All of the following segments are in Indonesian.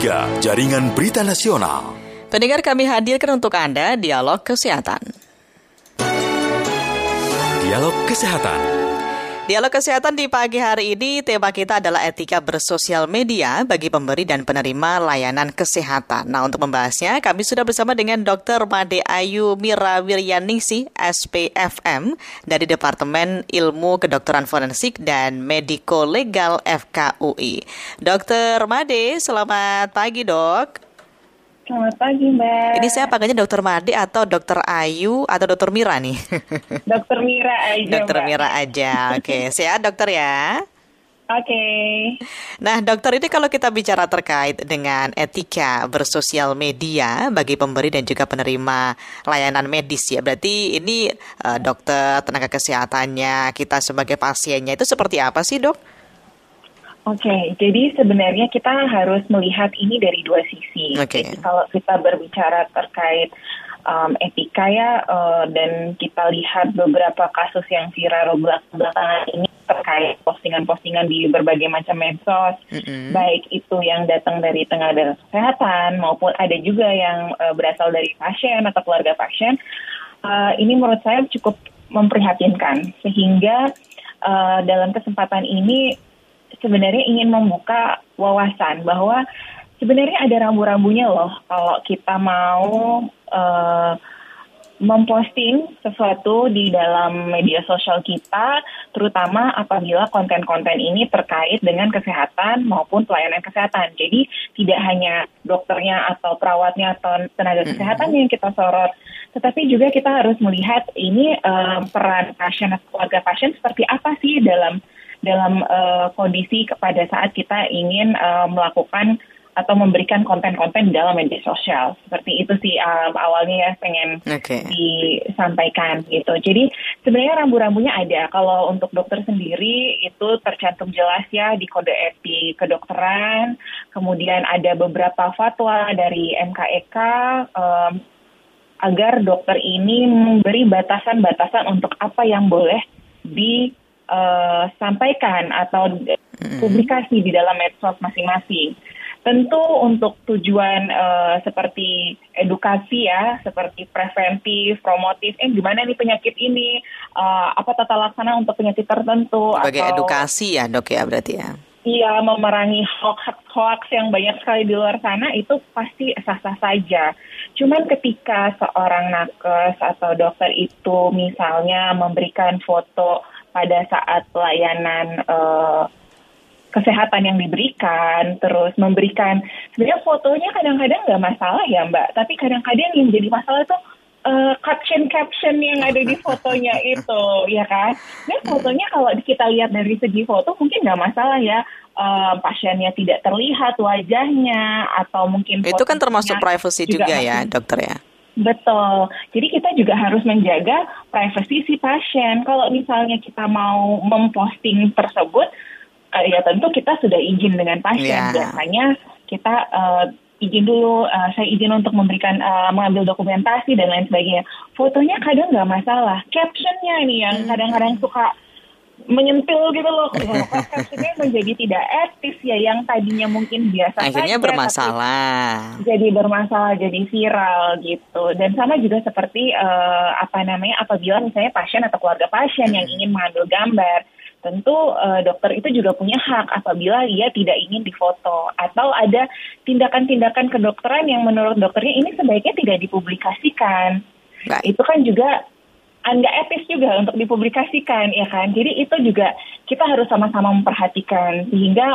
3, Jaringan Berita Nasional. Pendengar, kami hadirkan untuk Anda Dialog Kesehatan. Dialog Kesehatan. Dialog Kesehatan di pagi hari ini, tema kita adalah etika bersosial media bagi pemberi dan penerima layanan kesehatan. Nah, untuk membahasnya, kami sudah bersama dengan Dr. Made Ayu Mira Wiryaningsih, SPFM, dari Departemen Ilmu Kedokteran Forensik dan Mediko Legal FKUI. Dr. Made, selamat pagi, Dok. Selamat pagi, Mbak. Ini saya panggilnya Dr. Made atau Dr. Ayu atau Dr. Mira nih? Dr. Mira aja, Dr. Mbak. Mira aja, oke. Sehat, dokter ya? Oke. Nah, dokter, ini kalau kita bicara terkait dengan etika bersosial media bagi pemberi dan juga penerima layanan medis ya, berarti ini dokter, tenaga kesehatannya, kita sebagai pasiennya itu seperti apa sih, dok? Oke, jadi sebenarnya kita harus melihat ini dari dua sisi. Oke. Jadi kalau kita berbicara terkait etika ya, dan kita lihat beberapa kasus yang viral belakangan ini terkait postingan-postingan di berbagai macam medsos, baik itu yang datang dari tenaga kesehatan maupun ada juga yang berasal dari pasien atau keluarga pasien, ini menurut saya cukup memprihatinkan. Sehingga dalam kesempatan ini sebenarnya ingin membuka wawasan bahwa sebenarnya ada rambu-rambunya loh kalau kita mau memposting sesuatu di dalam media sosial kita, terutama apabila konten-konten ini terkait dengan kesehatan maupun pelayanan kesehatan. Jadi tidak hanya dokternya atau perawatnya atau tenaga kesehatan yang kita sorot, tetapi juga kita harus melihat ini peran pasien atau keluarga pasien seperti apa sih dalam kondisi pada saat kita ingin melakukan atau memberikan konten-konten di dalam media sosial. Seperti itu sih awalnya ya pengen disampaikan gitu. Jadi sebenarnya rambu-rambunya ada. Kalau untuk dokter sendiri itu tercantum jelas ya di kode etik kedokteran. Kemudian ada beberapa fatwa dari MKEK agar dokter ini memberi batasan-batasan untuk apa yang boleh disampaikan atau publikasi di dalam medsos masing-masing. Tentu untuk tujuan seperti edukasi ya, seperti preventif, promotif, gimana nih penyakit ini, apa tata laksana untuk penyakit tertentu. Sebagai atau edukasi ya, dok ya, berarti ya? Iya, memerangi hoax yang banyak sekali di luar sana itu pasti sah-sah saja. Cuman ketika seorang nakes atau dokter itu misalnya memberikan foto pada saat pelayanan kesehatan yang diberikan, terus memberikan, sebenarnya fotonya kadang-kadang nggak masalah ya Mbak, tapi kadang-kadang yang jadi masalah itu caption yang ada di fotonya itu, ya kan? Nah fotonya kalau kita lihat dari segi foto mungkin nggak masalah ya, pasiennya tidak terlihat wajahnya, atau mungkin itu kan termasuk privacy juga ya dokter ya? Betul. Jadi kita juga harus menjaga privasi si pasien. Kalau misalnya kita mau memposting tersebut, ya tentu kita sudah izin dengan pasien. Biasanya kita izin dulu, saya izin untuk memberikan mengambil dokumentasi dan lain sebagainya. Fotonya kadang nggak masalah. Captionnya nih yang kadang-kadang suka menyentil gitu loh. Captionnya menjadi tidak etis ya, yang tadinya mungkin biasa akhirnya saja, bermasalah. Jadi bermasalah, jadi viral gitu. Dan sama juga seperti apabila misalnya pasien atau keluarga pasien yang ingin mengambil gambar. Tentu dokter itu juga punya hak apabila ia tidak ingin difoto. Atau ada tindakan-tindakan kedokteran yang menurut dokternya ini sebaiknya tidak dipublikasikan. Itu kan juga nggak etis juga untuk dipublikasikan, ya kan? Jadi itu juga kita harus sama-sama memperhatikan. Sehingga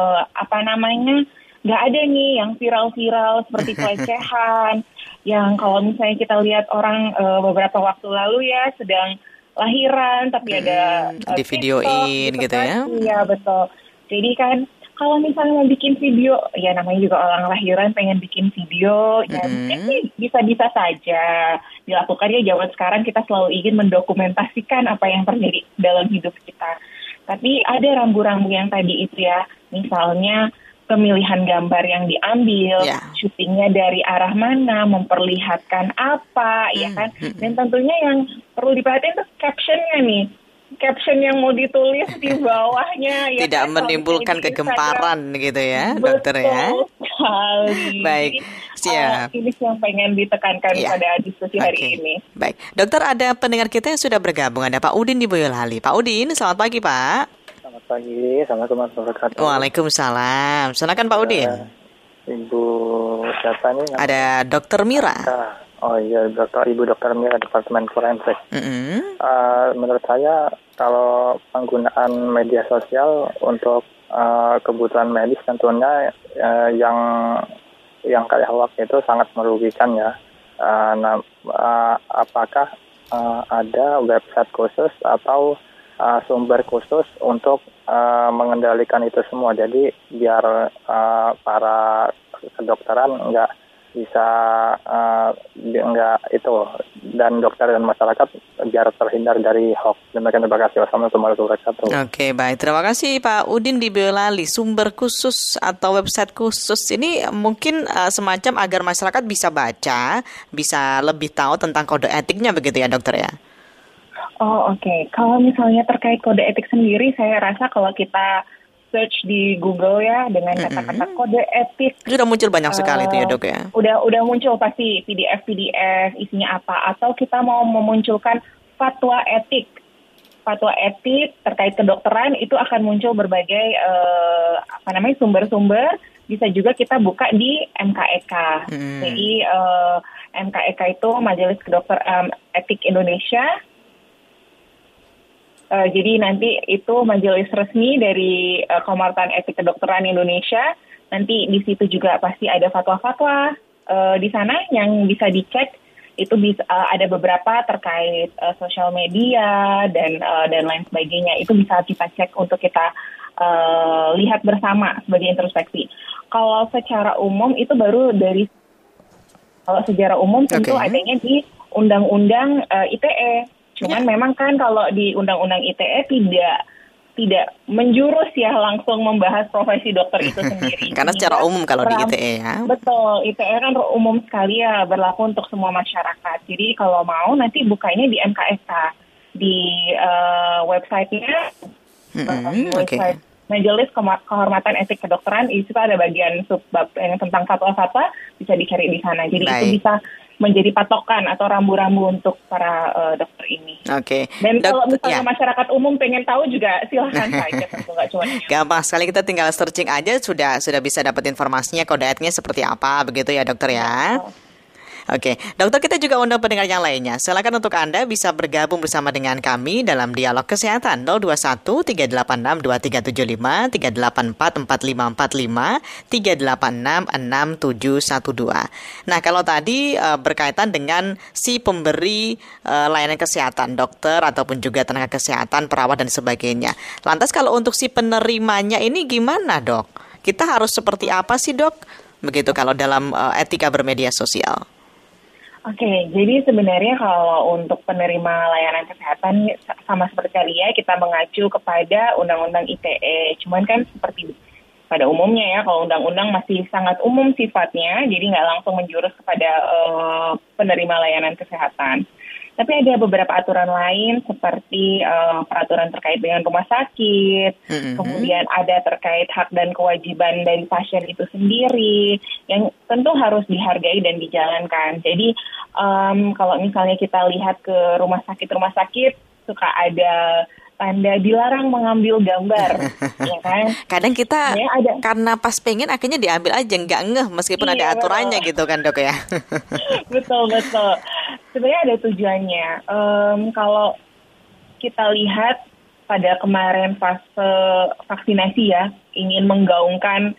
nggak ada nih yang viral-viral seperti pelecehan. Yang kalau misalnya kita lihat orang beberapa waktu lalu ya sedang lahiran tapi ada di videoin gitu ya. Iya betul. Jadi kan kalau misalnya mau bikin video, ya namanya juga orang lahiran pengen bikin video, ya mungkin bisa-bisa saja dilakukan ya. Zaman sekarang kita selalu ingin mendokumentasikan apa yang terjadi dalam hidup kita. Tapi ada rambu-rambu yang tadi itu ya, misalnya pemilihan gambar yang diambil, syutingnya dari arah mana, memperlihatkan apa, ya kan? Dan tentunya yang perlu diperhatiin tuh captionnya nih. Caption yang mau ditulis di bawahnya. Tidak kan, menimbulkan kegemparan gitu ya, dokter ya? sekali. Baik, Jadi, siap. ini yang pengen ditekankan Iya. pada diskusi hari Oke. ini. Baik, dokter, ada pendengar kita yang sudah bergabung. Ada Pak Udin di Boyolali. Pak Udin, selamat pagi Pak. Selamat pagi, Assalamualaikum warahmatullahi wabarakatuh. Waalaikumsalam. Silakan Pak Udin. Ibu siapa nih? Ada Dokter Mira. Oh iya, Ibu Dokter Mira, Departemen Forensik. Mm-mm. Menurut saya kalau penggunaan media sosial untuk kebutuhan medis tentunya yang kayak hoax itu sangat merugikan ya. Apakah ada website khusus atau sumber khusus untuk mengendalikan itu semua? Jadi biar para kedokteran nggak bisa nggak itu, dan dokter dan masyarakat biar terhindar dari hoax. Demikian, terima kasih. Wassalamualaikum warahmatullahi wabarakatuh. Oke, baik. Terima kasih Pak Udin di Boyolali. Sumber khusus atau website khusus ini mungkin semacam agar masyarakat bisa baca, bisa lebih tahu tentang kode etiknya begitu ya dokter ya? Oh, oke. Kalau misalnya terkait kode etik sendiri, saya rasa kalau kita search di Google ya dengan kata-kata kode etik, Sudah muncul banyak sekali itu ya dok ya? Udah muncul pasti PDF isinya apa, atau kita mau memunculkan fatwa etik terkait kedokteran, itu akan muncul berbagai sumber-sumber. Bisa juga kita buka di MKEK. Jadi MKEK itu Majelis Etik Indonesia. Jadi nanti itu majelis resmi dari Komite Etik Kedokteran Indonesia. Nanti di situ juga pasti ada fatwa-fatwa di sana yang bisa dicek. Itu bisa ada beberapa terkait sosial media dan lain sebagainya. Itu bisa kita cek untuk kita lihat bersama sebagai introspeksi. Kalau secara umum itu baru kalau secara umum tentu adanya di Undang-Undang ITE. Cuman memang kan kalau di Undang-Undang ITE tidak menjurus ya langsung membahas profesi dokter itu sendiri. Karena secara umum kalau di ITE ya. Betul, ITE kan umum sekali ya, berlaku untuk semua masyarakat. Jadi kalau mau nanti bukanya di MKSK, di website-nya, website Majelis Kehormatan Etik Kedokteran. Itu ada bagian subbab yang tentang fatwa-fatwa, bisa dicari di sana. Jadi itu bisa menjadi patokan atau rambu-rambu untuk para dokter ini. Oke. Dan kalau misalnya masyarakat umum pengen tahu juga silahkan saja, tentu nggak cuma. Gampang sekali, kita tinggal searching aja sudah bisa dapat informasinya, kode etiknya seperti apa begitu ya dokter ya. Oke, dokter, kita juga undang pendengar yang lainnya. Silakan untuk Anda bisa bergabung bersama dengan kami dalam dialog kesehatan 021 386 2375 384 4545 386 6712. Nah, kalau tadi berkaitan dengan si pemberi layanan kesehatan, dokter ataupun juga tenaga kesehatan, perawat dan sebagainya. Lantas kalau untuk si penerimanya ini gimana, Dok? Kita harus seperti apa sih, Dok? Begitu kalau dalam etika bermedia sosial. Oke, jadi sebenarnya kalau untuk penerima layanan kesehatan sama seperti tadi ya, kita mengacu kepada Undang-Undang ITE. Cuman kan seperti pada umumnya ya, kalau undang-undang masih sangat umum sifatnya, jadi nggak langsung menjurus kepada penerima layanan kesehatan. Tapi ada beberapa aturan lain seperti peraturan terkait dengan rumah sakit, kemudian ada terkait hak dan kewajiban dari pasien itu sendiri, yang tentu harus dihargai dan dijalankan. Jadi kalau misalnya kita lihat ke rumah sakit suka ada tanda dilarang mengambil gambar, ya kan? Kadang kita ada. Karena pas pengen akhirnya diambil aja, nggak ngeh meskipun ada aturannya gitu kan dok ya. Betul. Sebenarnya ada tujuannya. Kalau kita lihat pada kemarin fase vaksinasi ya, ingin menggaungkan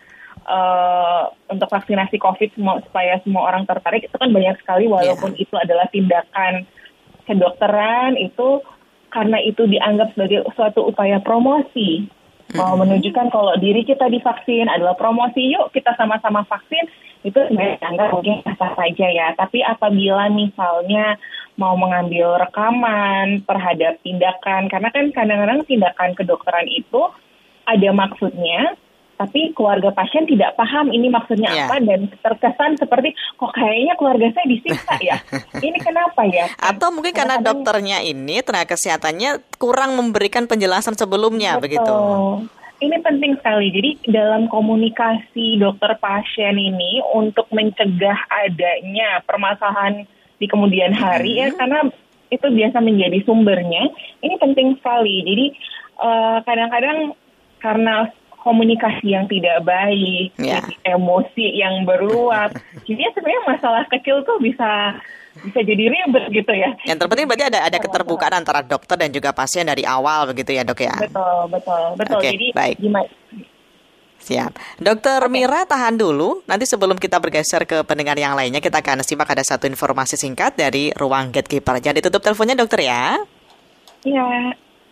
untuk vaksinasi COVID supaya semua orang tertarik, itu kan banyak sekali walaupun itu adalah tindakan kedokteran, itu karena itu dianggap sebagai suatu upaya promosi, menunjukkan kalau diri kita divaksin adalah promosi, yuk kita sama-sama vaksin, itu sebenarnya dianggap mungkin sah saja ya. Tapi apabila misalnya mau mengambil rekaman terhadap tindakan, karena kan kadang-kadang tindakan kedokteran itu ada maksudnya, tapi keluarga pasien tidak paham ini maksudnya apa, dan terkesan seperti kok kayaknya keluarga saya disiksa ya. Ini kenapa ya? Atau mungkin karena dokternya ini, tenaga kesehatannya kurang memberikan penjelasan sebelumnya, begitu. Ini penting sekali. Jadi dalam komunikasi dokter pasien ini untuk mencegah adanya permasalahan di kemudian hari ya, karena itu biasa menjadi sumbernya. Ini penting sekali. Jadi kadang-kadang karena komunikasi yang tidak baik, emosi yang beruap, jadi sebenarnya masalah kecil tuh bisa jadi ribet gitu ya. Yang terpenting berarti ada keterbukaan antara dokter dan juga pasien dari awal begitu ya dok ya? Betul. Oke, Jadi baik. gimana? Siap. Dokter Mira tahan dulu, nanti sebelum kita bergeser ke pendengar yang lainnya, kita akan simak ada satu informasi singkat dari ruang gatekeeper. Jangan ditutup teleponnya dokter ya. Iya.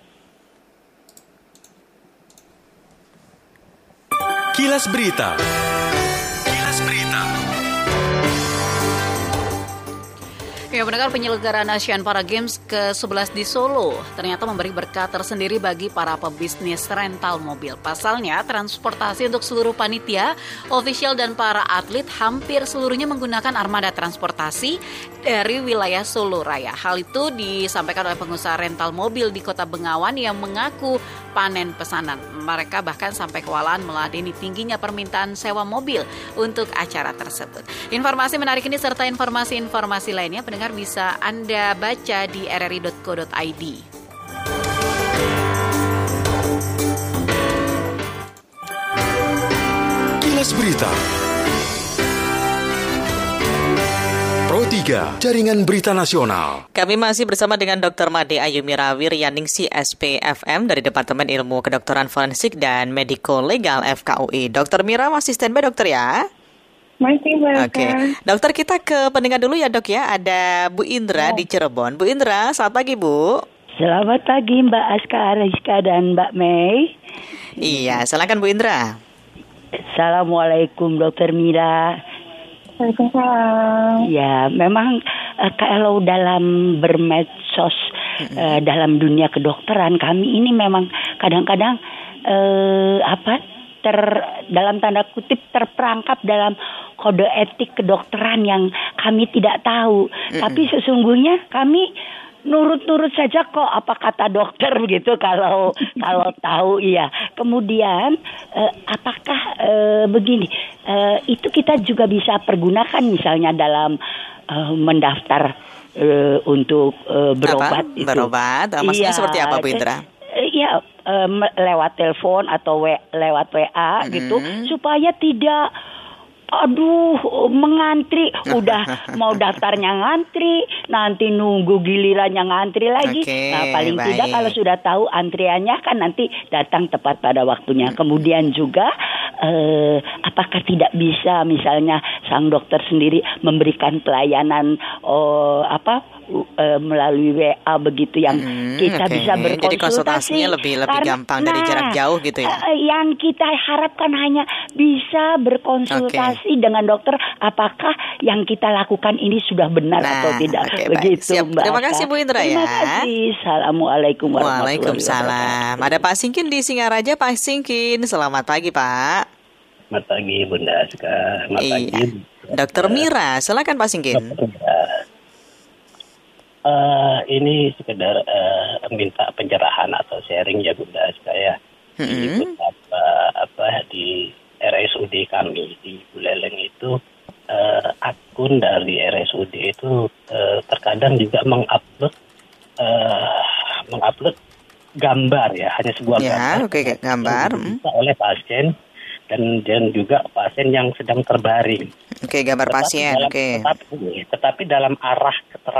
Kilas Berita. Ya, pendengar, penyelenggaraan Asian Para Games ke-11 di Solo ternyata memberi berkah tersendiri bagi para pebisnis rental mobil. Pasalnya, transportasi untuk seluruh panitia, ofisial dan para atlet hampir seluruhnya menggunakan armada transportasi dari wilayah Solo Raya. Hal itu disampaikan oleh pengusaha rental mobil di Kota Bengawan yang mengaku panen pesanan. Mereka bahkan sampai kewalahan meladeni tingginya permintaan sewa mobil untuk acara tersebut. Informasi menarik ini serta informasi-informasi lainnya pendengar bisa Anda baca di rri.co.id. Kilas Berita. Pro 3, Jaringan Berita Nasional. Kami masih bersama dengan Dr. Made Ayu Mira Wiryaningsi SPFM dari Departemen Ilmu Kedokteran Forensik dan Mediko Legal FKUI. Dr. Mira masih standby dokter ya? Masih Mbak. Oke. Dokter, kita ke pendengar dulu ya dok ya. Ada Bu Indra di Cirebon. Bu Indra, selamat pagi Bu. Selamat pagi Mbak Aska, Rizka dan Mbak Mei. Iya, silakan Bu Indra. Assalamualaikum Dokter Mira. Waalaikumsalam. Ya, memang kalau dalam bermedsos dalam dunia kedokteran kami ini memang kadang-kadang dalam tanda kutip terperangkap dalam kode etik kedokteran yang kami tidak tahu. Tapi sesungguhnya kami nurut-nurut saja kok apa kata dokter begitu kalau tahu iya. Kemudian apakah begini itu kita juga bisa pergunakan misalnya dalam mendaftar untuk berobat itu. Berobat, maksudnya seperti apa Bu Indra? Iya, lewat telepon atau lewat WA gitu supaya tidak mengantri, udah mau daftarnya ngantri, nanti nunggu gilirannya ngantri lagi. Nah, paling tidak kalau sudah tahu antriannya kan nanti datang tepat pada waktunya. Kemudian juga apakah tidak bisa misalnya sang dokter sendiri memberikan pelayanan melalui WA begitu yang kita bisa berkonsultasi. Jadi konsultasinya lebih gampang dari jarak jauh gitu ya. Yang kita harapkan hanya bisa berkonsultasi dengan dokter apakah yang kita lakukan ini sudah benar atau tidak. Begitu Mbak. Terima kasih Bu Indra ya. Terima kasih. Assalamualaikum warahmatullahi wabarakatuh. Waalaikumsalam. Ada Pak Singkin di Singaraja. Pak Singkin, selamat pagi Pak. Selamat pagi Bunda Aska. Selamat pagi. Dokter Mira, silakan Pak Singkin. Ini sekedar minta pencerahan atau sharing ya Bunda Aska ya. Di beberapa di RSUD kami di Buleleng itu akun dari RSUD itu terkadang juga mengupload gambar ya, hanya sebuah gambar. Gambar. Oleh pasien dan juga pasien yang sedang terbaring. Gambar pasien. Tetapi dalam arah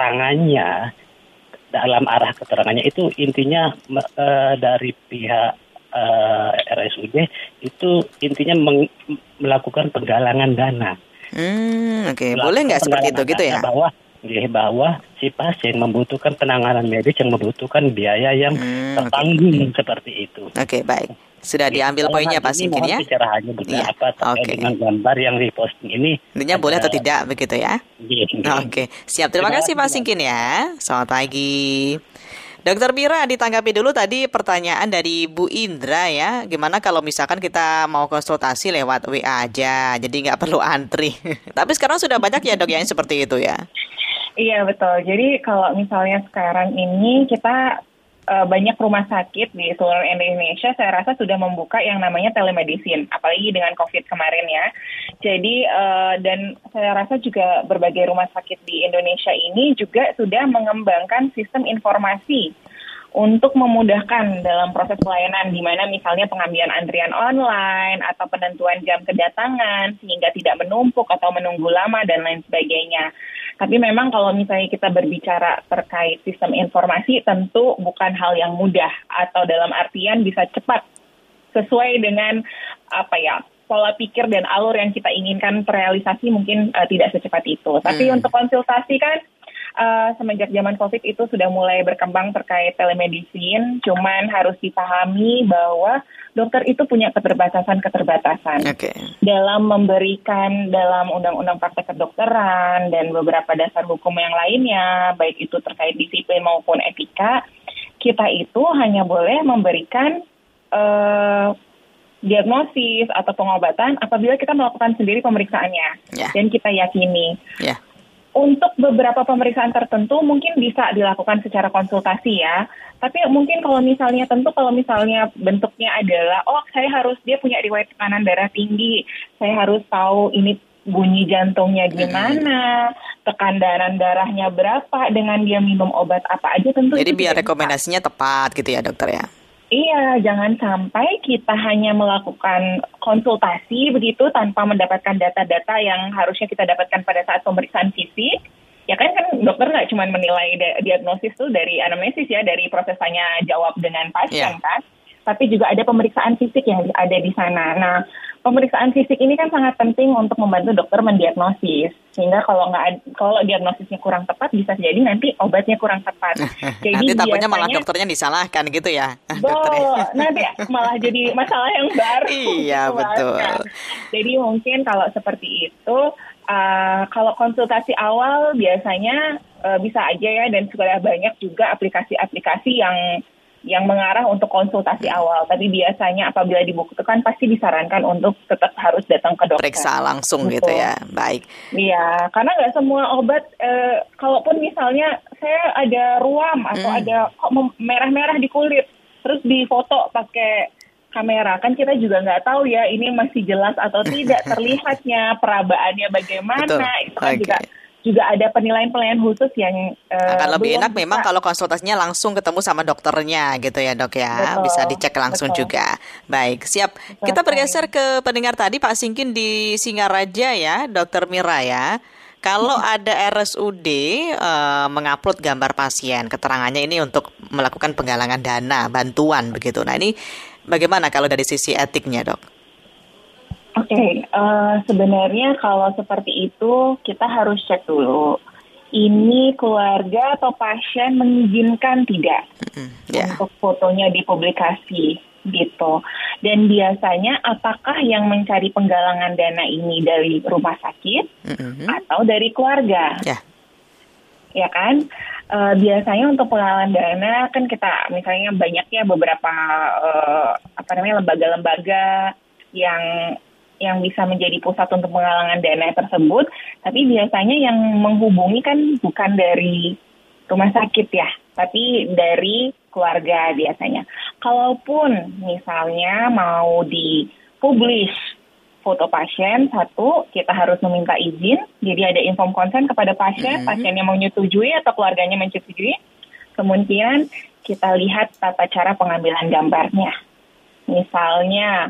keterangannya itu intinya dari pihak RSUD itu intinya melakukan penggalangan dana. Boleh nggak seperti itu gitu ya? Bahwa si pasien membutuhkan penanganan medis yang membutuhkan biaya yang tertanggung seperti itu. Baik. Sudah diambil poinnya Pak Singkin ya? Pencerahannya dengan gambar yang reposting ini. Intinya boleh atau tidak begitu ya? Siap. Terima kasih Pak Singkin ya. Selamat pagi. Dokter Mira, ditanggapi dulu tadi pertanyaan dari Bu Indra ya. Gimana kalau misalkan kita mau konsultasi lewat WA aja, jadi nggak perlu antri. Tapi sekarang sudah banyak ya dok yang seperti itu ya? Iya betul. Jadi kalau misalnya sekarang ini kita banyak rumah sakit di seluruh Indonesia saya rasa sudah membuka yang namanya telemedicine, apalagi dengan COVID kemarin ya. Jadi dan saya rasa juga berbagai rumah sakit di Indonesia ini juga sudah mengembangkan sistem informasi untuk memudahkan dalam proses pelayanan, di mana misalnya pengambilan antrian online atau penentuan jam kedatangan sehingga tidak menumpuk atau menunggu lama dan lain sebagainya. Tapi memang kalau misalnya kita berbicara terkait sistem informasi tentu bukan hal yang mudah atau dalam artian bisa cepat sesuai dengan pola pikir dan alur yang kita inginkan terrealisasi mungkin tidak secepat itu. Tapi untuk konsultasi kan semenjak zaman COVID itu sudah mulai berkembang terkait telemedicine, cuman harus dipahami bahwa dokter itu punya keterbatasan dalam memberikan dalam undang-undang praktek kedokteran dan beberapa dasar hukum yang lainnya, baik itu terkait disiplin maupun etika, kita itu hanya boleh memberikan diagnosis atau pengobatan apabila kita melakukan sendiri pemeriksaannya dan kita yakini. Untuk beberapa pemeriksaan tertentu mungkin bisa dilakukan secara konsultasi ya. Tapi mungkin kalau misalnya bentuknya adalah dia punya riwayat tekanan darah tinggi, saya harus tahu ini bunyi jantungnya gimana, tekanan darahnya berapa, dengan dia minum obat apa aja tentu. Jadi biar rekomendasinya tepat gitu ya dokter ya. Iya, jangan sampai kita hanya melakukan konsultasi begitu tanpa mendapatkan data-data yang harusnya kita dapatkan pada saat pemeriksaan fisik. Ya kan dokter nggak cuma menilai diagnosis tuh dari anamnesis ya, dari proses tanya jawab dengan pasien kan. Tapi juga ada pemeriksaan fisik yang ada di sana. Nah, pemeriksaan fisik ini kan sangat penting untuk membantu dokter mendiagnosis. Sehingga kalau diagnosisnya kurang tepat, bisa jadi nanti obatnya kurang tepat. Jadi nanti takutnya malah dokternya disalahkan gitu ya. Nanti malah jadi masalah yang baru. Iya, betul. Jadi mungkin kalau seperti itu, kalau konsultasi awal biasanya bisa aja ya, dan sudah banyak juga aplikasi-aplikasi yang mengarah untuk konsultasi awal. Tapi biasanya apabila dibutuhkan pasti disarankan untuk tetap harus datang ke dokter. Periksa langsung gitu ya, baik. Iya, karena nggak semua obat, kalaupun misalnya saya ada ruam atau ada merah-merah di kulit, terus difoto pakai kamera, kan kita juga nggak tahu ya ini masih jelas atau tidak terlihatnya, perabaannya bagaimana. Betul. Itu kan juga ada penilaian khusus yang akan lebih enak memang kalau konsultasinya langsung ketemu sama dokternya gitu ya dok ya. Betul, bisa dicek langsung juga. Baik, siap. Betul. Kita bergeser ke pendengar tadi Pak Singkin di Singaraja ya, Dokter Mira ya. Kalau ada RSUD mengupload gambar pasien, keterangannya ini untuk melakukan penggalangan dana, bantuan begitu. Nah ini bagaimana kalau dari sisi etiknya dok? Oke, sebenarnya kalau seperti itu kita harus cek dulu. Ini keluarga atau pasien mengizinkan tidak untuk fotonya dipublikasi gitu. Dan biasanya apakah yang mencari penggalangan dana ini dari rumah sakit atau dari keluarga? Ya kan? Biasanya untuk penggalangan dana kan kita misalnya banyaknya beberapa lembaga-lembaga yang bisa menjadi pusat untuk penggalangan dana tersebut, tapi biasanya yang menghubungi kan bukan dari rumah sakit ya, tapi dari keluarga biasanya. Kalaupun misalnya mau dipublish foto pasien, satu, kita harus meminta izin, jadi ada inform consent kepada pasien, pasiennya menyetujui atau keluarganya menyetujui, kemudian kita lihat tata cara pengambilan gambarnya. Misalnya,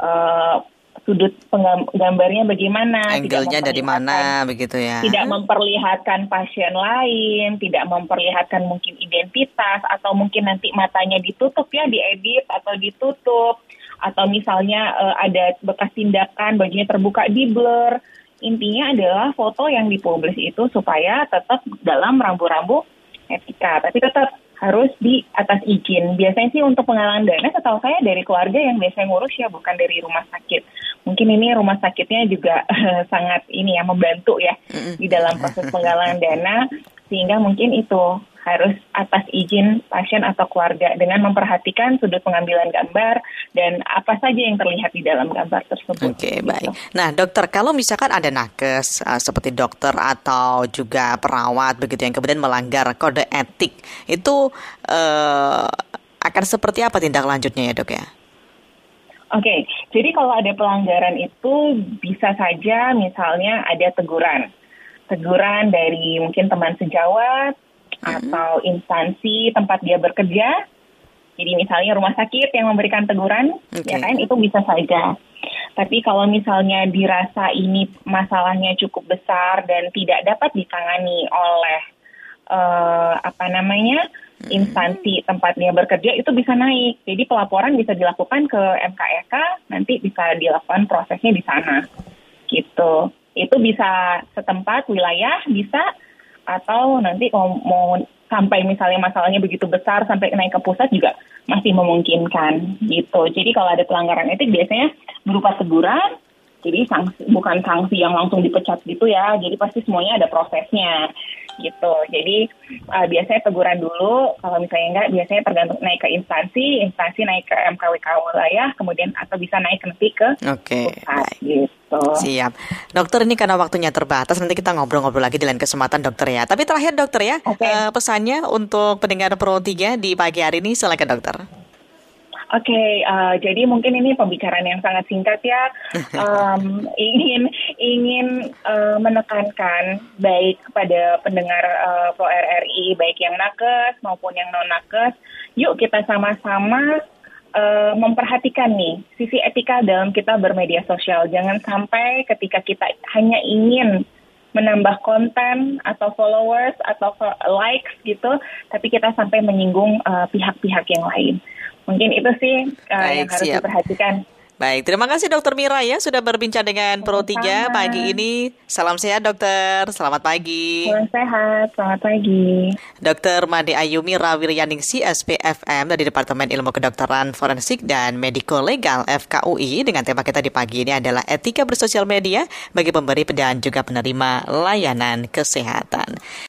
sudut gambarnya bagaimana, angle-nya dari mana begitu ya. Tidak memperlihatkan pasien lain, tidak memperlihatkan mungkin identitas, atau mungkin nanti matanya ditutup ya, diedit atau ditutup, atau misalnya ada bekas tindakan, bajunya terbuka di blur. Intinya adalah foto yang dipublish itu supaya tetap dalam rambu-rambu etika, tapi tetap harus di atas izin. Biasanya sih untuk penggalangan dana setahu saya dari keluarga yang biasanya ngurus ya, bukan dari rumah sakit. Mungkin ini rumah sakitnya juga sangat membantu ya di dalam proses penggalangan dana, sehingga mungkin itu harus atas izin pasien atau keluarga dengan memperhatikan sudut pengambilan gambar dan apa saja yang terlihat di dalam gambar tersebut. Oke, baik. Nah, dokter, kalau misalkan ada nakes seperti dokter atau juga perawat begitu yang kemudian melanggar kode etik, itu akan seperti apa tindak lanjutnya ya, Dok ya? Oke, jadi kalau ada pelanggaran itu bisa saja misalnya ada teguran dari mungkin teman sejawat atau instansi tempat dia bekerja. Jadi misalnya rumah sakit yang memberikan teguran, ya kan, itu bisa saja. Tapi kalau misalnya dirasa ini masalahnya cukup besar dan tidak dapat ditangani oleh instansi tempat dia bekerja, itu bisa naik. Jadi pelaporan bisa dilakukan ke MKEK, nanti bisa dilakukan prosesnya di sana. Gitu. Itu bisa setempat wilayah, bisa, atau nanti mau sampai misalnya masalahnya begitu besar sampai naik ke pusat juga masih memungkinkan gitu. Jadi kalau ada pelanggaran etik biasanya berupa teguran, jadi bukan sanksi yang langsung dipecat gitu ya. Jadi pasti semuanya ada prosesnya gitu. Jadi biasanya teguran dulu, kalau misalnya enggak biasanya tergantung naik ke instansi naik ke MKWK wilayah, kemudian atau bisa naik nanti ke pusat gitu. Siap. Dokter, ini karena waktunya terbatas, nanti kita ngobrol-ngobrol lagi di lain kesempatan, dokter ya. Tapi terakhir dokter ya, pesannya untuk pendengar Pro 3 di pagi hari ini, silakan dokter. Oke, jadi mungkin ini pembicaraan yang sangat singkat ya. Ingin menekankan baik kepada pendengar Pro RRI, baik yang nakes maupun yang non nakes, yuk kita sama-sama memperhatikan nih sisi etika dalam kita bermedia sosial. Jangan sampai ketika kita hanya ingin menambah konten atau followers atau likes gitu, tapi kita sampai menyinggung pihak-pihak yang lain. Mungkin itu sih yang harus diperhatikan. Baik, terima kasih Dokter Mira ya sudah berbincang dengan Pro 3 pagi ini. Salam sehat dokter, selamat pagi. Salam sehat, selamat pagi. Dr. Made Ayu Mira Wiryaningsi, SPFM dari Departemen Ilmu Kedokteran Forensik dan Mediko Legal FKUI, dengan tema kita di pagi ini adalah etika bersosial media bagi pemberi dan juga penerima layanan kesehatan.